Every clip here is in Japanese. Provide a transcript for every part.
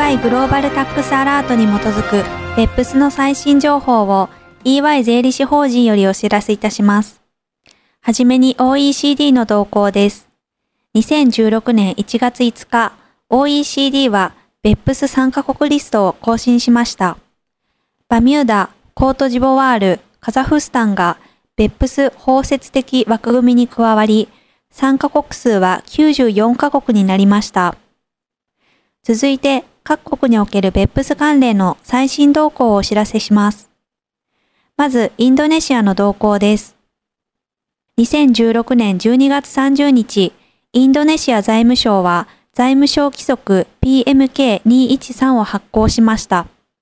EY グローバルタックスアラートに基づく別府の最新情報を EY 税理士法人よりお知らせいたします。はじめに OECD の動向です。2016年1月5日、OECD は別府参加国リストを更新しました。バミューダ、コートジボワール、カザフスタンが別府包摂的枠組みに加わり、参加国数は94カ国になりました。続いて、各国における別府関連の最新動向をお知らせします。まず、インドネシアの動向です。2016年12月30日、インドネシア財務省は財務省規則 PMK213 を発行しました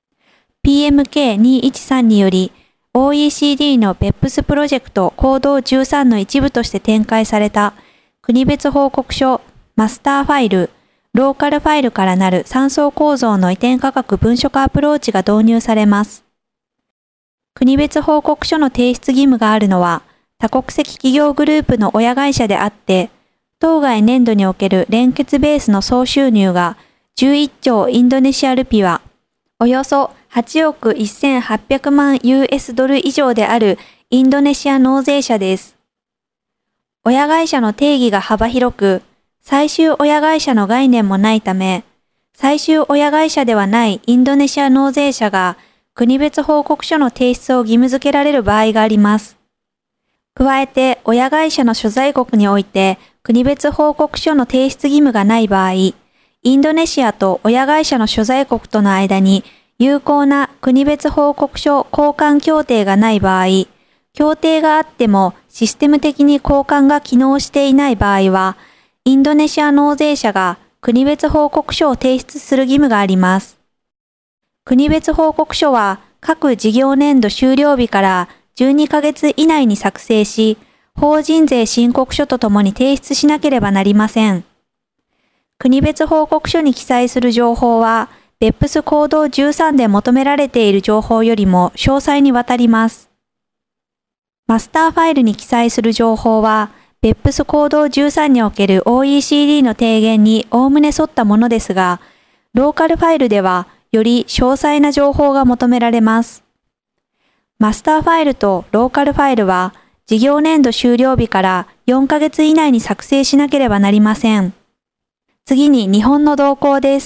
。PMK213 により、OECD の別府プロジェクト行動13の一部として展開された国別報告書、マスターファイル、ローカルファイルからなる3層構造の移転価格文書化アプローチが導入されます。国別報告書の提出義務があるのは、多国籍企業グループの親会社であって、当該年度における連結ベースの総収入が11兆インドネシアルピは、およそ8億1800万 US ドル以上であるインドネシア納税者です。親会社の定義が幅広く、最終親会社の概念もないため、最終親会社ではないインドネシア納税者が国別報告書の提出を義務付けられる場合があります。加えて、親会社の所在国において国別報告書の提出義務がない場合、インドネシアと親会社の所在国との間に有効な国別報告書交換協定がない場合、協定があってもシステム的に交換が機能していない場合は、インドネシア納税者が国別報告書を提出する義務があります。国別報告書は各事業年度終了日から12ヶ月以内に作成し、法人税申告書とともに提出しなければなりません。国別報告書に記載する情報は、別府行動13で求められている情報よりも詳細にわたります。マスターファイルに記載する情報は、別府行動13における OECD の提言におおむね沿ったものですが、ローカルファイルではより詳細な情報が求められます。マスターファイルとローカルファイルは、事業年度終了日から4ヶ月以内に作成しなければなりません。次に日本の動向です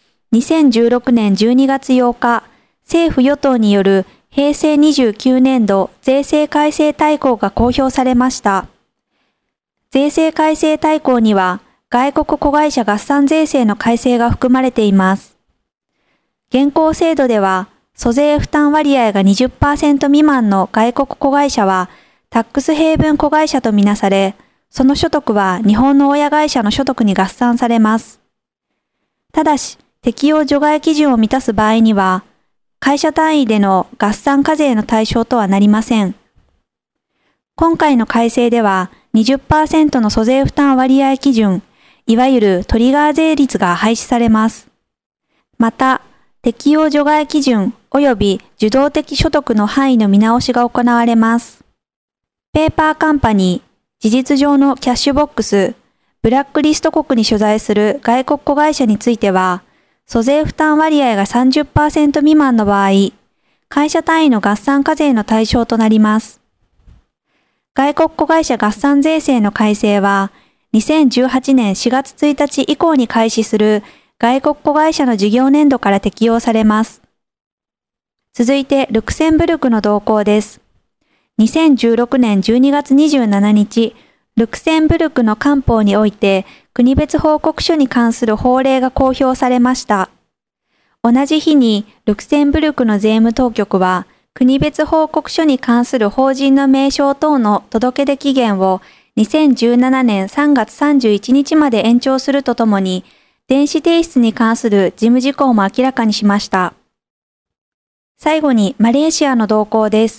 。2016年12月8日、政府与党による平成29年度税制改正大綱が公表されました。税制改正大綱には外国子会社合算税制の改正が含まれています。現行制度では、租税負担割合が 20% 未満の外国子会社はタックスヘイブン子会社とみなされ、その所得は日本の親会社の所得に合算されます。ただし、適用除外基準を満たす場合には、会社単位での合算課税の対象とはなりません。今回の改正では、20% の租税負担割合基準、いわゆるトリガー税率が廃止されます。また、適用除外基準及び受動的所得の範囲の見直しが行われます。ペーパーカンパニー、事実上のキャッシュボックス、ブラックリスト国に所在する外国子会社については、租税負担割合が 30% 未満の場合、会社単位の合算課税の対象となります。外国子会社合算税制の改正は、2018年4月1日以降に開始する外国子会社の事業年度から適用されます。続いて、ルクセンブルクの動向です。2016年12月27日、ルクセンブルクの官報において、国別報告書に関する法令が公表されました。同じ日に、ルクセンブルクの税務当局は、国別報告書に関する法人の名称等の届け出期限を2017年3月31日まで延長するとともに、電子提出に関する事務事項も明らかにしました。最後に、マレーシアの動向です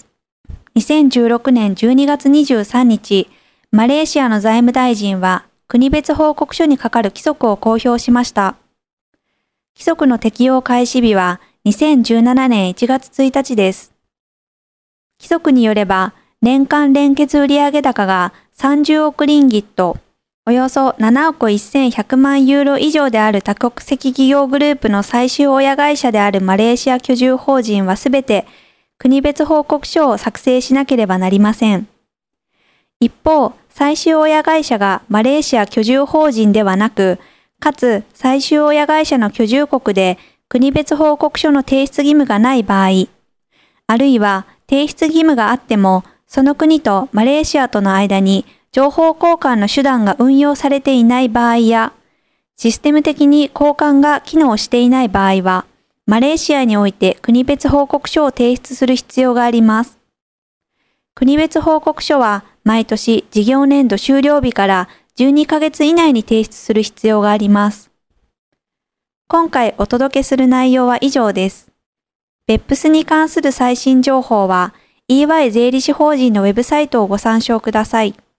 。2016年12月23日、マレーシアの財務大臣は、国別報告書に係る規則を公表しました。規則の適用開始日は2017年1月1日です。規則によれば、年間連結売上高が30億リンギット、 およそ7億1100万ユーロ以上である多国籍企業グループの最終親会社であるマレーシア居住法人はすべて国別報告書を作成しなければなりません。一方、最終親会社がマレーシア居住法人ではなく、かつ最終親会社の居住国で国別報告書の提出義務がない場合、あるいは提出義務があっても、その国とマレーシアとの間に情報交換の手段が運用されていない場合や、システム的に交換が機能していない場合は、マレーシアにおいて国別報告書を提出する必要があります。国別報告書は毎年事業年度終了日から12ヶ月以内に提出する必要があります。今回お届けする内容は以上です。BEPS に関する最新情報は、EY 税理士法人のウェブサイトをご参照ください。